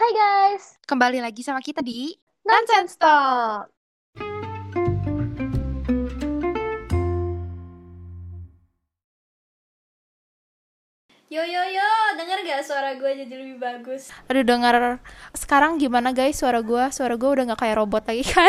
Hai guys, Kembali lagi sama kita di Nonsense Talk. Yo, denger gak suara gue jadi lebih bagus? Aduh, dengar sekarang gimana guys suara gue udah nggak kayak robot lagi kan?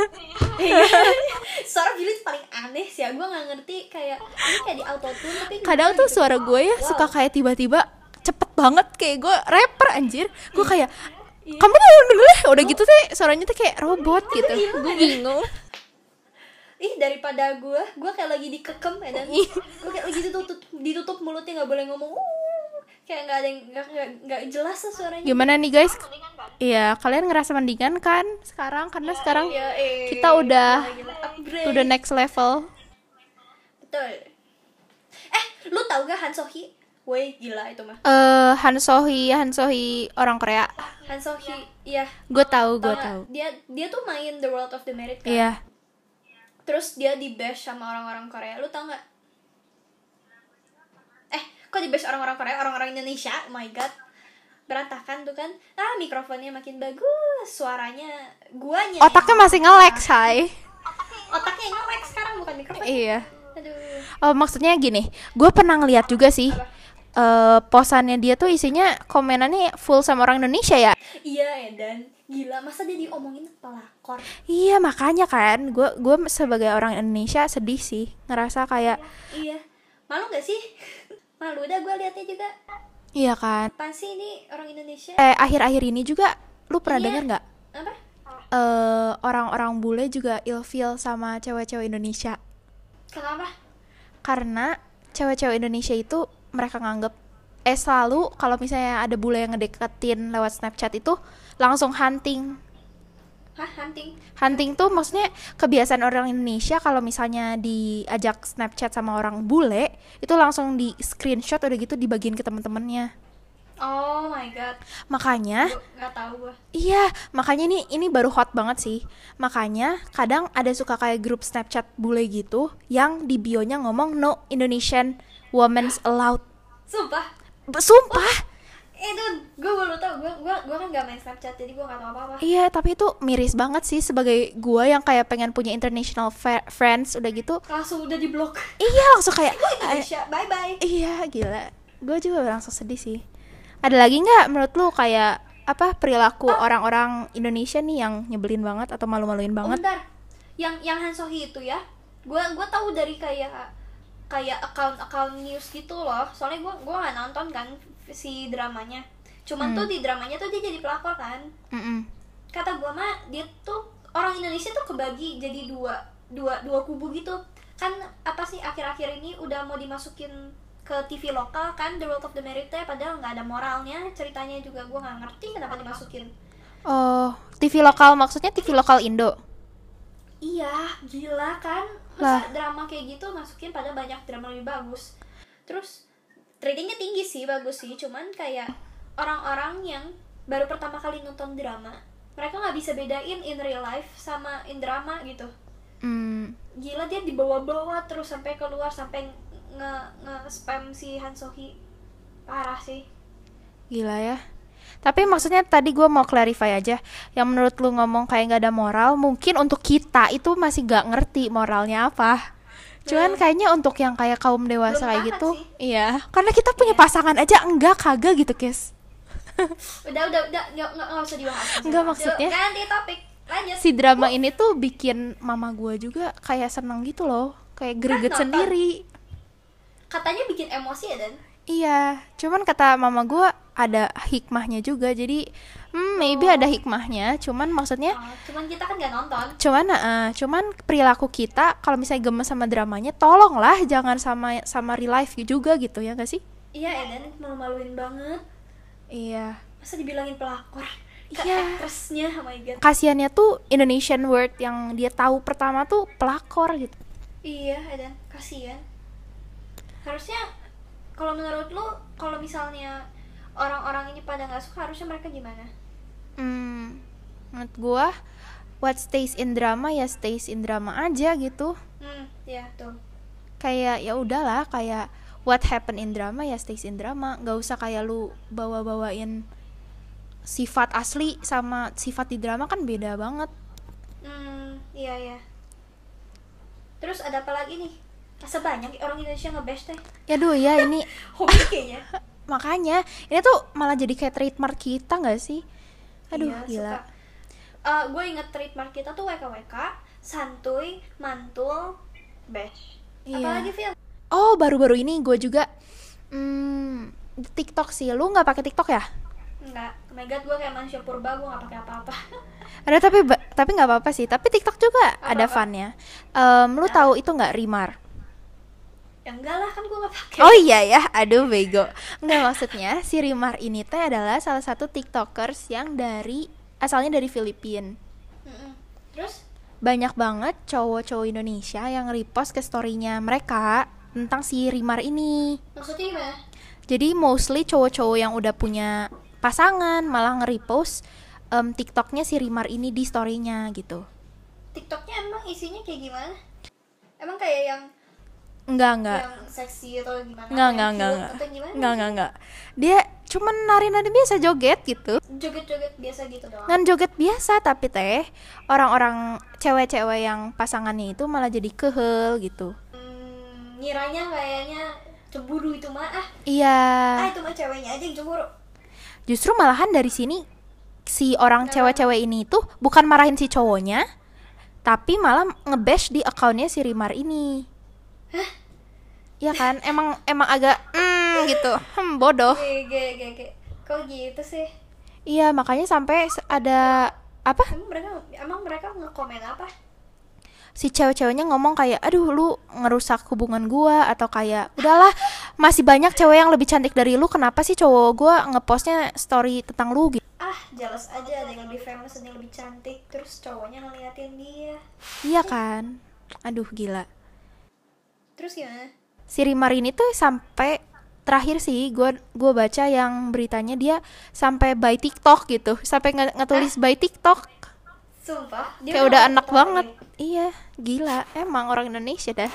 Suara Billy tuh paling aneh sih ya, gue gak ngerti kayak ini kayak di autotune tapi Kadang tuh suara gue ya suka kayak tiba-tiba cepet banget kayak gue rapper anjir. Gue kayak kamu udah gitu tuh suaranya tuh kayak robot gitu. Gue bingung. Ih, daripada gue kayak lagi dikekem ya, dan gue kayak lagi ditutup mulutnya, nggak boleh ngomong. Kayak nggak ada yang nggak jelas lah suaranya. Gimana nih guys? Iya, kalian ngerasa mendingan kan sekarang karena sekarang kita udah to the next level. Betul. Lu tau gak Han So-hee? Woi, gila itu mah. Han So-hee orang Korea. Han So-hee, iya. Gue tahu. Dia tuh main The World of the Merit kan. Iya. Terus dia di-bash sama orang-orang Korea. Lu tau gak? Kok di-bash orang-orang Korea? Orang-orang Indonesia? Oh my god. Berantakan tuh kan. Mikrofonnya makin bagus. Suaranya guanya. Otaknya masih nge-lag, say. Otaknya yang nge-lag sekarang, bukan mikrofon. Iya. Aduh. Oh, maksudnya gini. Gue pernah ngeliat juga sih. Posannya dia tuh isinya komenannya full sama orang Indonesia ya. Iya, Edan. Gila, masa dia diomongin pelakor? Iya, makanya kan. Gue sebagai orang Indonesia sedih sih. Ngerasa kayak Iya. Malu gak sih? Malu dah gue liatnya juga. iya kan. Apaan sih ini orang Indonesia? Akhir-akhir ini juga lu pernah Iya. denger nggak? Apa? Orang-orang bule juga ilfeel sama cewek-cewek Indonesia. Kenapa? Karena cewek-cewek Indonesia itu mereka nganggep selalu kalau misalnya ada bule yang ngedeketin lewat Snapchat itu langsung hunting. Hah, hunting? Hunting tuh maksudnya kebiasaan orang Indonesia kalau misalnya diajak Snapchat sama orang bule itu langsung di screenshot udah gitu dibagiin ke teman-temannya. Oh my god. Makanya Gue gak tahu gue. iya, makanya ini baru hot banget sih. Makanya kadang ada suka kayak grup Snapchat bule gitu yang di bio-nya ngomong no Indonesian women's allowed. Sumpah. Sumpah. Itu gue baru tau. Gue kan gak main Snapchat, jadi gue gak tahu apa-apa. Iya, tapi itu miris banget sih sebagai gua yang kayak pengen punya international friends udah gitu. Langsung udah diblok. Iya, langsung kayak Indonesia, bye-bye. iya, gila. Gue juga langsung sedih sih. Ada lagi nggak menurut lu kayak apa perilaku orang-orang Indonesia nih yang nyebelin banget atau malu-maluin Oh, banget? bentar. Yang Han So-hee itu ya. Gue tahu dari kayak account news gitu loh. Soalnya gue nggak nonton kan si dramanya. Cuman tuh di dramanya tuh dia jadi pelakor kan. Kata gue mah dia tuh orang Indonesia tuh kebagi jadi dua kubu gitu. Kan apa sih akhir-akhir ini udah mau dimasukin ke TV lokal kan, The World of the Merit, padahal nggak ada moralnya. Ceritanya juga gue nggak ngerti kenapa dimasukin. Oh, TV lokal maksudnya TV lokal Indo. Iya, gila kan. Masa drama kayak gitu masukin, pada banyak drama lebih bagus. Terus ratingnya tinggi sih, bagus sih. Cuman kayak orang-orang yang baru pertama kali nonton drama, mereka nggak bisa bedain in real life sama in drama gitu. Gila, dia dibawa-bawa terus sampai keluar, sampai nge-spam si Han So-hee. Parah sih. Gila ya. Tapi maksudnya tadi gue mau clarify aja. Yang menurut lu ngomong kayak gak ada moral, mungkin untuk kita itu masih gak ngerti moralnya apa. Cuman kayaknya untuk yang kayak kaum dewasa Belum kayak tahan gitu, sih. iya. Karena kita punya pasangan aja enggak kagak gitu, Kes. Udah nggak usah dibahas. Enggak, maksudnya ganti topik, lanjut. si drama ini tuh bikin mama gue juga kayak seneng gitu loh. Kayak greget nonton. sendiri. Katanya bikin emosi ya, Dan? Iya, cuman kata mama gue ada hikmahnya juga. Jadi maybe ada hikmahnya. Cuman maksudnya Cuman kita kan nggak nonton. cuman perilaku kita kalau misalnya gemes sama dramanya, tolonglah jangan sama real life juga gitu ya, gak sih? Iya, Eden malu-maluin banget. Iya. Masa dibilangin pelakor? Iya. Aktrisnya, oh my god. Kasiannya tuh Indonesian word yang dia tahu pertama tuh pelakor gitu. Iya, Eden, kasihan. Harusnya kalau menurut lu, kalau misalnya orang-orang ini pada nggak suka, harusnya mereka gimana? Menurut gua what stays in drama ya stays in drama aja gitu. Ya tuh. Kayak ya udahlah, kayak what happen in drama ya stays in drama. Gak usah kayak lu bawa-bawain sifat asli sama sifat di drama kan beda banget. Iya. Terus ada apa lagi nih? Masa banyak orang Indonesia nge-bash teh? Yaduh ya ini Hobi kayaknya. makanya ini tuh malah jadi kayak trademark kita nggak sih? Aduh Iya, gila. Gue inget trademark kita tuh WKWK, santuy, mantul, bash. Iya. Apalagi film? Oh baru-baru ini gue juga TikTok sih. Lu nggak pakai TikTok ya? Enggak. Oh my god, gue kayak manusia purba, gue gak pakai apa-apa. Ada tapi nggak apa-apa sih. Tapi TikTok juga ada Apa-apa? funnya. Lu tahu itu nggak Rimar? Ya enggak lah, kan gue gak pakai. Oh iya ya, aduh bego. Nggak, maksudnya si Rimar ini teh adalah salah satu tiktokers yang asalnya dari Filipina. Terus? Banyak banget cowok-cowok Indonesia yang repost ke story-nya mereka tentang si Rimar ini. Maksudnya gimana? Jadi mostly cowok-cowok yang udah punya pasangan malah nge-repost TikToknya si Rimar ini di story-nya gitu. TikToknya emang isinya kayak gimana? Emang kayak yang Enggak. yang seksi atau gimana? Enggak. Atau gimana? Enggak. Dia cuman nari-nari biasa joget gitu. Joget-joget biasa gitu doang. Ngan joget biasa tapi teh orang-orang cewek-cewek yang pasangannya itu malah jadi kehel gitu. Ngiranya kayaknya cemburu itu mah Iya. itu mah ceweknya aja yang cemburu. Justru malahan dari sini si orang cewek-cewek ini tuh bukan marahin si cowoknya, tapi malah nge-bash di akunnya si Rimar ini. Iya kan? Emang agak gitu. Bodoh. G. Kok gitu sih? Iya, makanya sampai ada apa? Emang mereka nge-komen apa? Si cewek-ceweknya ngomong kayak, aduh lu ngerusak hubungan gua, atau kayak udahlah masih banyak cewek yang lebih cantik dari lu, kenapa sih cowok gua ngepostnya story tentang lu gitu. Jealous aja, ada yang lebih famous, ada yang lebih cantik, terus cowoknya ngeliatin dia. Iya kan? Aduh gila. Terus gimana? Si Rimar ini tuh sampai terakhir sih gua baca yang beritanya dia sampai buy TikTok gitu, sampai ngetulis buy TikTok. Sumpah, dia Kayak udah mau anak TikTok banget. lagi. Iya, gila. Emang orang Indonesia dah.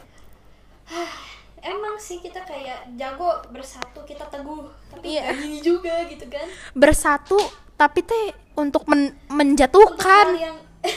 Emang sih kita kayak jago bersatu, kita teguh, tapi Iya. kayak gini juga gitu kan. Bersatu tapi teh untuk Untuk menjatuhkan. hal yang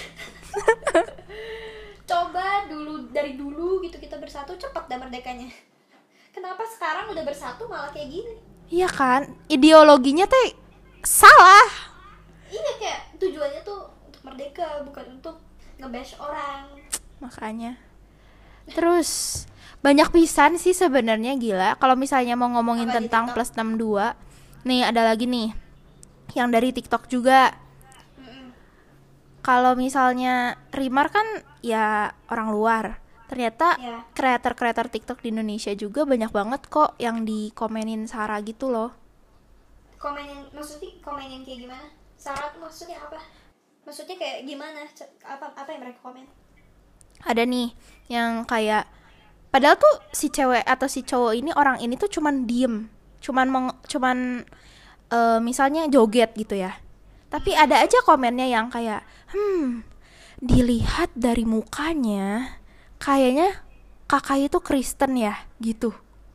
coba dari dulu gitu kita bersatu, cepat dah merdekanya. Kenapa sekarang udah bersatu malah kayak gini? Iya kan? Ideologinya teh salah. Iya, kayak tujuannya tuh untuk merdeka, bukan untuk nge-bash orang. Makanya. Terus banyak pisan sih sebenarnya, gila. Kalau misalnya mau ngomongin Apa di tentang TikTok? plus 62, nih ada lagi nih yang dari TikTok juga. Kalau misalnya Rimar kan ya orang luar. Ternyata Ya. kreator-kreator TikTok di Indonesia juga banyak banget kok yang dikomenin Sarah gitu loh. Maksudnya komenin kayak gimana? Syarat maksudnya apa? Maksudnya kayak gimana? Apa yang mereka komen? Ada nih yang kayak padahal tuh si cewek atau si cowok ini, orang ini tuh cuman diem, cuman misalnya joget gitu ya, tapi ada aja komennya yang kayak dilihat dari mukanya kayaknya kakak itu Kristen ya gitu.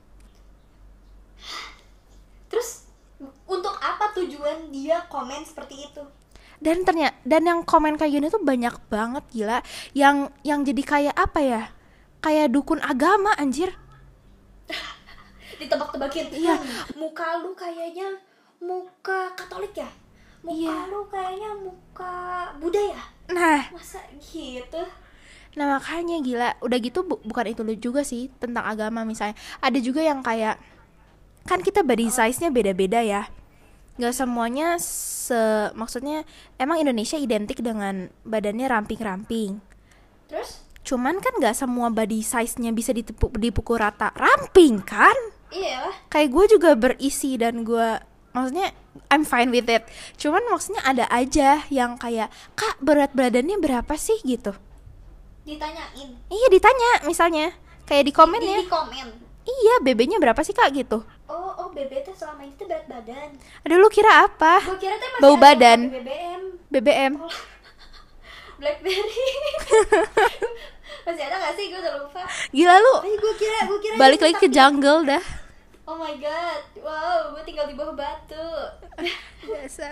Terus untuk apa tujuan dia komen seperti itu? Dan yang komen kayak gini tuh banyak banget, gila. Yang jadi kayak apa ya, kayak dukun agama anjir. Ditebak-tebakin. Iya. Muka lu kayaknya muka Katolik ya? Muka Iya. lu kayaknya muka Buddha ya? Nah Masa gitu? makanya gila. Udah gitu bukan itu juga sih tentang agama. Misalnya ada juga yang kayak, kan kita body size-nya beda-beda ya, nggak semuanya maksudnya emang Indonesia identik dengan badannya ramping-ramping. Terus? Cuman kan nggak semua body size-nya bisa dipukul rata ramping kan. Iya lah. Kayak gue juga berisi dan gue maksudnya I'm fine with it. Cuman maksudnya ada aja yang kayak, kak berat badannya berapa sih gitu. Ditanyain. Iya ditanya misalnya, kayak di komennya. Di komen. Iya BB-nya berapa sih kak gitu. Oh BB tuh selama ini tuh berat badan. Aduh lu kira apa? Gue kira tuh masih Bau ada badan. yang pakai BBM. BBM. Blackberry. Masih ada gak sih? Gue udah lupa. Gila lu. Gue kira Balik itu lagi ke sakit. jungle dah. Oh my god. Wow, gue tinggal di bawah batu.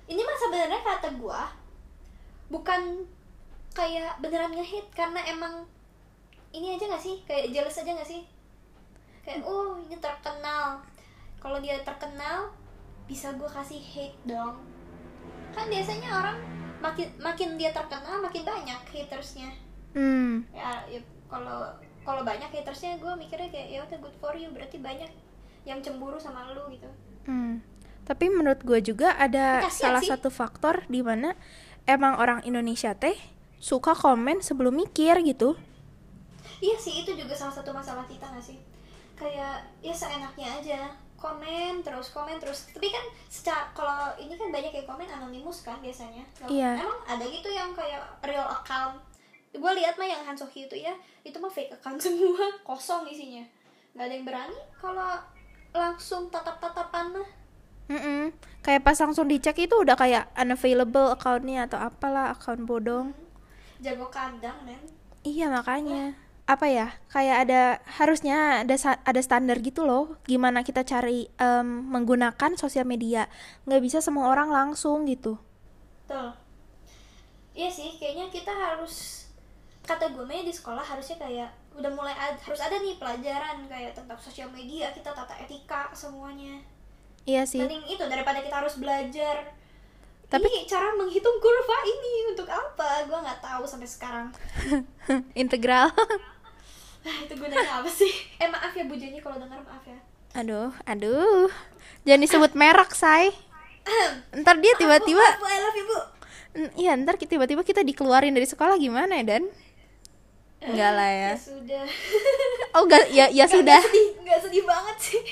ini mah sebenarnya kata gue bukan kayak beneran nge-hit, karena emang ini aja gak sih, kayak jealous aja gak sih, kayak oh ini terkenal, kalau dia terkenal bisa gue kasih hate dong. Kan biasanya orang makin dia terkenal makin banyak hatersnya. Ya kalau banyak hatersnya gue mikirnya kayak ya udah good for you, berarti banyak yang cemburu sama lu gitu. Tapi menurut gue juga ada Kasian salah sih. satu faktor di mana emang orang Indonesia teh suka komen sebelum mikir gitu. Iya sih, itu juga salah satu masalah kita gak sih, kayak ya seenaknya aja komen terus. Tapi kan kalau ini kan banyak yang komen anonimus kan biasanya. Iya. Emang ada gitu yang kayak real account. Gue lihat mah yang Han Sohee itu ya, itu mah fake account semua, kosong isinya. Nggak ada yang berani kalau langsung tatap-tatapan mah. Kayak pas langsung dicek itu udah kayak unavailable accountnya atau apalah, account bodong. Jago kandang men. Iya makanya apa ya, kayak harusnya ada standar gitu loh gimana kita cari menggunakan sosial media. Nggak bisa semua orang langsung gitu. Betul. Iya sih, kayaknya kita harus, kata gue di sekolah harusnya kayak udah mulai harus ada nih pelajaran kayak tentang sosial media, kita tata etika semuanya. Iya sih. Mending itu daripada kita harus belajar Tapi cara menghitung kurva ini untuk apa, gue nggak tahu sampai sekarang. integral. Itu gunanya apa sih? Maaf ya Bu Jenny kalau dengar, maaf ya. Aduh. Jangan disebut merek, say. Ntar dia tiba-tiba Maaf, I love you Bu. Iya, ntar tiba-tiba kita dikeluarin dari sekolah gimana ya, Dan? Enggak lah ya. Ya sudah. Oh, enggak, ya sudah. Nggak sedih banget sih.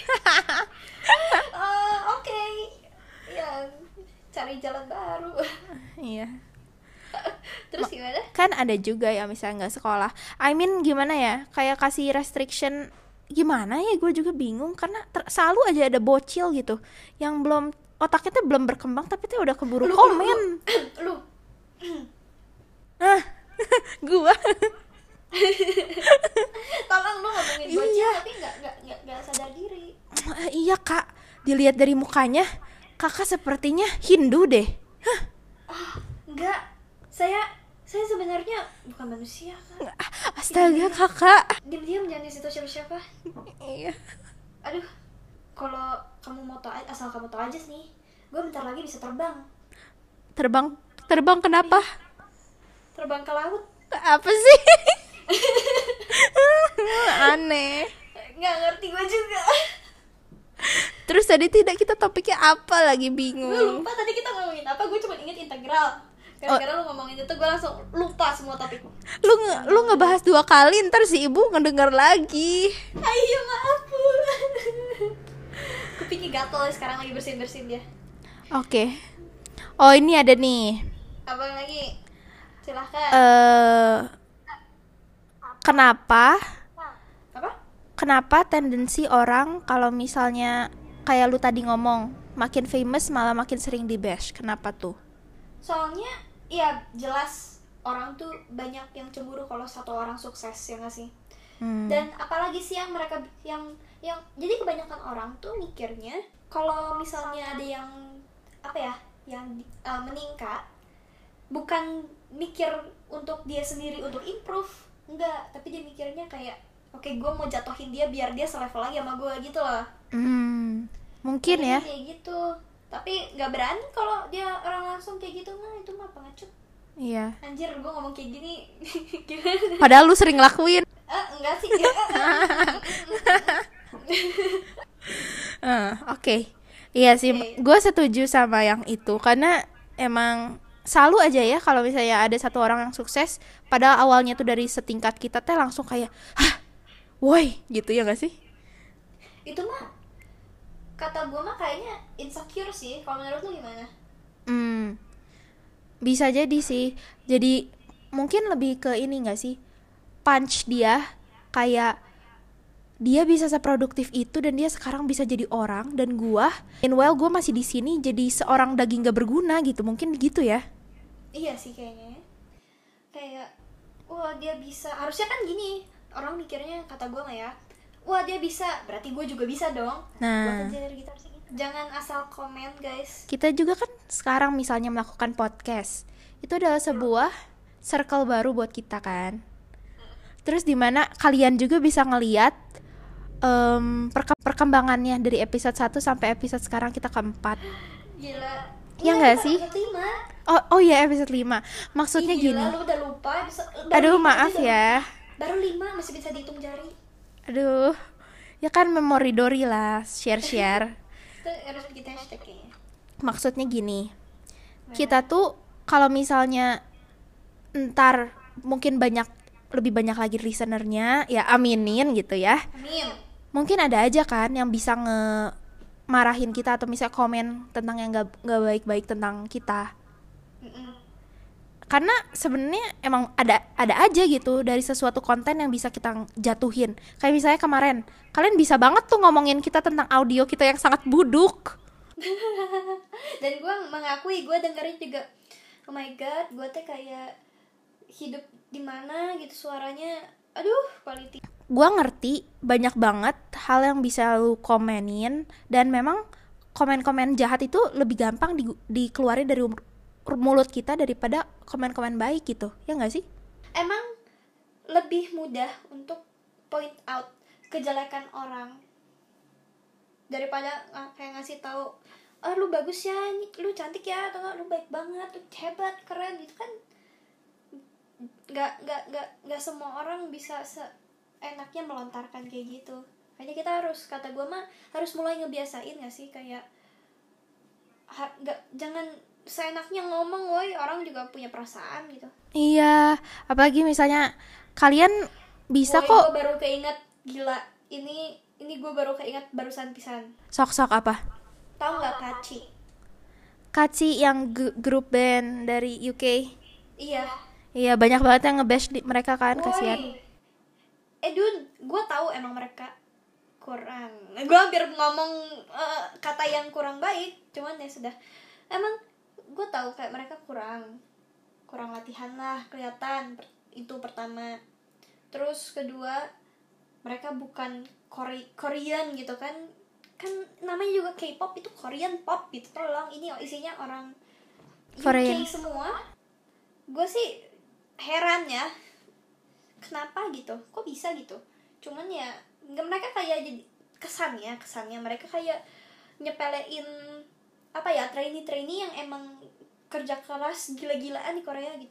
Oke. Ya, cari jalan baru. Iya. Terus gimana? Kan ada juga ya misalnya nggak sekolah. I mean gimana ya? Kayak kasih restriction gimana ya? Gue juga bingung karena selalu aja ada bocil gitu yang belum, otaknya tuh belum berkembang tapi tuh udah keburu komen. Lu. Gua. Tolong lu ngomongin bocil tapi nggak sadar diri. Iya kak, dilihat dari mukanya kakak sepertinya Hindu deh. Enggak. Saya sebenarnya bukan manusia kan. Astaga kakak. Diam-diam jangan di situ siapa-siapa. Iya. Aduh. Kalau kamu mau tahu, asal kamu tahu aja nih, gue bentar lagi bisa terbang. Terbang kenapa? Terbang ke laut. Apa sih? Aneh. Nggak ngerti gue juga. Terus tadi tidak kita topiknya apa lagi, Gue bingung. lupa tadi kita ngomongin apa, gue cuma inget integral. Gara-gara lu ngomongin itu gue langsung lupa semua topik. Lu ngebahas 2 kali, ntar si ibu ngedenger lagi. Ayo maaf Bu. Kupingnya gatel sekarang, lagi bersin dia. Oke. Oh ini ada nih. Apa lagi? Silahkan. Kenapa tendensi orang kalau misalnya kayak lu tadi ngomong makin famous malah makin sering di bash? Kenapa tuh? Soalnya ya jelas orang tuh banyak yang cemburu kalau satu orang sukses, ya nggak sih? Dan apalagi sih yang mereka yang jadi kebanyakan orang tuh mikirnya kalau misalnya ada yang apa ya, yang meningkat, bukan mikir untuk dia sendiri untuk improve, enggak, tapi dia mikirnya kayak oke, gue mau jatuhin dia biar dia selevel lagi sama gue gitu loh. Mungkin ya. Kayak gitu. Tapi nggak berani kalau dia orang langsung kayak gitu mah, itu mah pengecut. Iya. Anjir, gue ngomong kayak gini gimana? Padahal lu sering ngelakuin. Enggak sih. Oke. Iya sih, gue setuju sama yang itu karena emang selalu aja ya kalau misalnya ada satu orang yang sukses, padahal awalnya tuh dari setingkat kita teh langsung kayak, hah, woi, gitu ya gak sih? Itu mah kata gue mah kayaknya insecure sih. Kalau menurut lu gimana? Bisa jadi sih. Jadi mungkin lebih ke ini gak sih? Punch dia kayak dia bisa seproduktif itu dan dia sekarang bisa jadi orang dan gua meanwhile gua masih di sini jadi seorang daging gak berguna gitu. Mungkin gitu ya. Iya sih kayaknya. Kayak wah dia bisa. Harusnya kan gini. Orang mikirnya, kata gue mah ya, wah dia bisa, berarti gue juga bisa dong. Nah. Gue kerja dari gitar sih gitu. Jangan asal komen guys. Kita juga kan sekarang misalnya melakukan podcast, itu adalah sebuah circle baru buat kita kan. Terus dimana kalian juga bisa ngeliat perkembangannya dari episode 1 sampai episode sekarang kita keempat. Gila. Ya nggak sih? Episode 5. Oh ya episode 5. Maksudnya Ih, gila, gini. lu udah lupa Aduh maaf ya. Baru 5 masih bisa dihitung jari. Aduh. Ya kan memori Dori lah, share. Itu harus kita hashtag kayaknya. Maksudnya gini. Kita tuh kalau misalnya ntar mungkin lebih banyak lagi listenernya, ya aminin gitu ya. Amin. Mungkin ada aja kan yang bisa marahin kita atau misalnya komen tentang yang gak baik-baik tentang kita. Karena sebenarnya emang ada aja gitu dari sesuatu konten yang bisa kita jatuhin. Kayak misalnya kemarin, kalian bisa banget tuh ngomongin kita tentang audio kita yang sangat buduk. Dan gue mengakui gue dengerin juga, oh my god, gue teh kayak hidup di mana gitu suaranya, aduh quality. Gua ngerti banyak banget hal yang bisa lu komenin, dan memang komen-komen jahat itu lebih gampang dikeluarin dari mulut kita daripada komen-komen baik gitu, ya nggak sih? Emang lebih mudah untuk point out kejelekan orang daripada kayak ngasih tahu, oh lu bagus ya, lu cantik ya, atau lu baik banget, lu hebat, keren gitu kan. Nggak semua orang bisa enaknya melontarkan kayak gitu. Kayaknya kita harus, kata gue mah harus mulai ngebiasain nggak sih, kayak jangan seenaknya ngomong, woi, orang juga punya perasaan gitu. Iya, apalagi misalnya kalian bisa Woy, kok. gue baru keinget, gila, ini gue baru keinget barusan pisan. Sok-sok apa? Tahu nggak Kaci? Kaci yang grup band dari UK. Iya. Iya, banyak banget yang nge-bash mereka kan, kasihan. Dun, gue tahu emang mereka kurang. Gue hampir ngomong kata yang kurang baik, cuman ya sudah. Emang gue tahu kayak mereka kurang latihan lah, kelihatan. Itu pertama. Terus kedua, mereka bukan Korean gitu kan namanya juga K-pop, itu Korean pop gitu. Tolong, ini isinya orang Korean. UK semua. Gue sih heran ya, kenapa gitu, kok bisa gitu. Cuman ya mereka kayak jadi kesannya mereka kayak nyepelein apa ya, trainee yang emang kerja keras gila-gilaan di Korea gitu.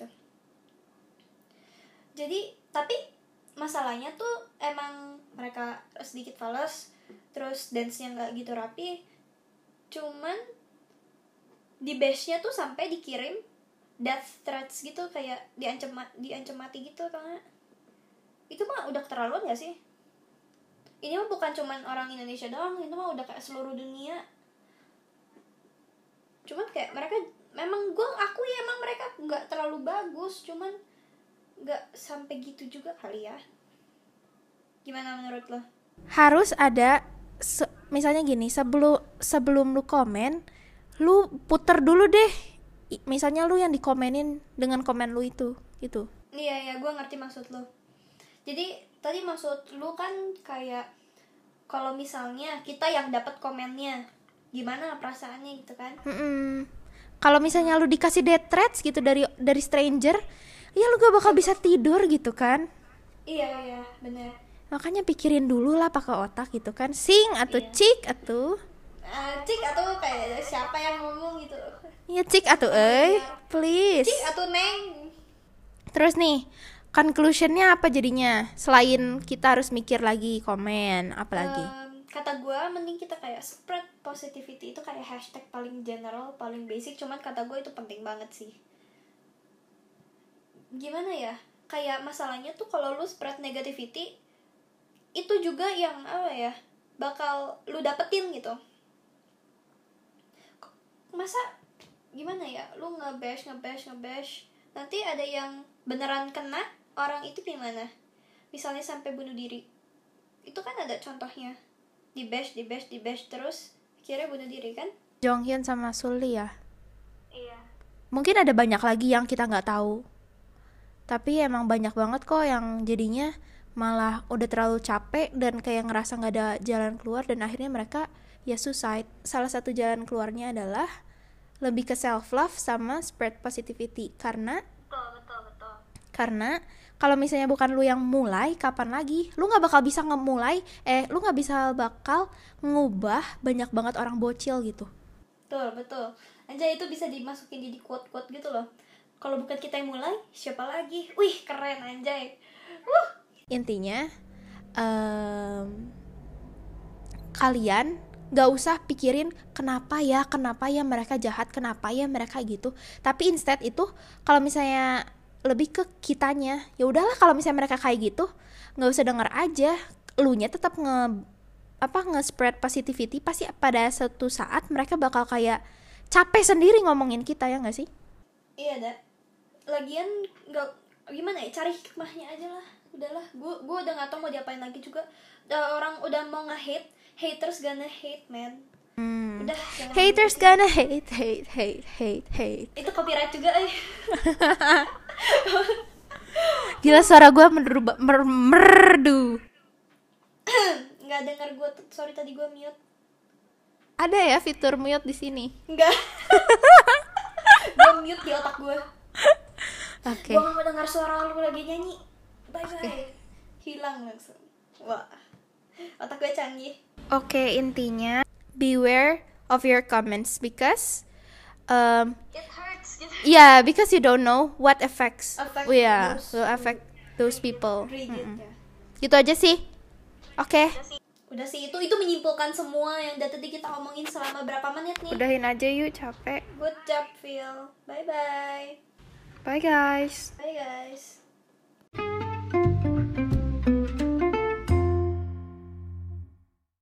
Jadi tapi masalahnya tuh emang mereka sedikit fals, terus dance-nya nggak gitu rapi. Cuman di base-nya tuh sampai dikirim death threats gitu, kayak diancam mati gitu. Karena itu mah udah keterlaluan gak sih? Ini mah bukan cuman orang Indonesia doang, itu mah udah kayak seluruh dunia. Cuman kayak mereka memang, gue akui emang mereka nggak terlalu bagus, cuman nggak sampai gitu juga kali ya. Gimana menurut lo? Harus ada misalnya gini, sebelum lu komen, lu puter dulu deh. Misalnya lu yang dikomenin dengan komen lu itu gitu. Iya, gue ngerti maksud lo. Jadi tadi maksud lu kan kayak kalau misalnya kita yang dapat komennya, gimana perasaannya gitu kan? Kalau misalnya lu dikasih death threats gitu dari stranger, ya lu gak bakal bisa tidur gitu kan? Iya, benar. Makanya pikirin dulu lah pakai otak gitu kan. Sing atau cik atau cik atau kayak siapa yang ngomong gitu. Iya cik atau please. Cik atau neng. Terus nih, conclusionnya apa jadinya? Selain kita harus mikir lagi komen, apa lagi? Kata gue mending kita kayak spread positivity, itu kayak hashtag paling general, paling basic, cuman kata gue itu penting banget sih. Gimana ya, kayak masalahnya tuh kalau lu spread negativity, itu juga yang apa ya, bakal lu dapetin gitu. Masa gimana ya, lu nge-bash, nanti ada yang beneran kena, orang itu gimana? Misalnya sampai bunuh diri, itu kan ada contohnya, di bash terus akhirnya bunuh diri kan? Jonghyun sama Sulli ya. Iya. Mungkin ada banyak lagi yang kita nggak tahu. Tapi emang banyak banget kok yang jadinya malah udah terlalu capek dan kayak ngerasa nggak ada jalan keluar, dan akhirnya mereka ya suicide. Salah satu jalan keluarnya adalah lebih ke self love sama spread positivity. Karena kalau misalnya bukan lu yang mulai, kapan lagi? Lu nggak bakal bisa lu nggak bakal ngubah banyak banget orang bocil gitu. Betul. Anjay, itu bisa dimasukin jadi quote-quote gitu loh. Kalau bukan kita yang mulai, siapa lagi? Wih, keren anjay. Intinya kalian gak usah pikirin kenapa ya mereka jahat, kenapa ya mereka gitu. Tapi instead itu kalau misalnya lebih ke kitanya, ya udahlah kalau misalnya mereka kayak gitu nggak usah denger aja, elunya tetap nge-spread positivity. Pasti pada suatu saat mereka bakal kayak capek sendiri ngomongin kita, ya nggak sih? Iya dah. Lagian nggak gimana ya, cari hikmahnya aja lah. Udahlah, gue udah nggak tahu mau diapain lagi juga. Orang udah mau nge-hate, haters gonna hate, man. Udah, Haters gonna hate. itu copyright juga. Gila, suara gue merdu. Nggak denger gue, sorry tadi gue mute. Ada ya fitur mute di sini? Nggak. Gue mute di otak gue. Oke. Gue nggak mau dengar suara lu lagi nyanyi. Bye. Hilang langsung. Wah, otak gue canggih. Oke, intinya beware of your comments because It hurts gitu. yeah, because you don't know what effects Affect will affect those people. Rigid ya. Gitu aja sih. Oke, Udah sih, itu menyimpulkan semua yang dari tadi kita omongin selama berapa menit nih. udahin aja yuk, capek. Good job, Phil. Bye Bye guys. guys.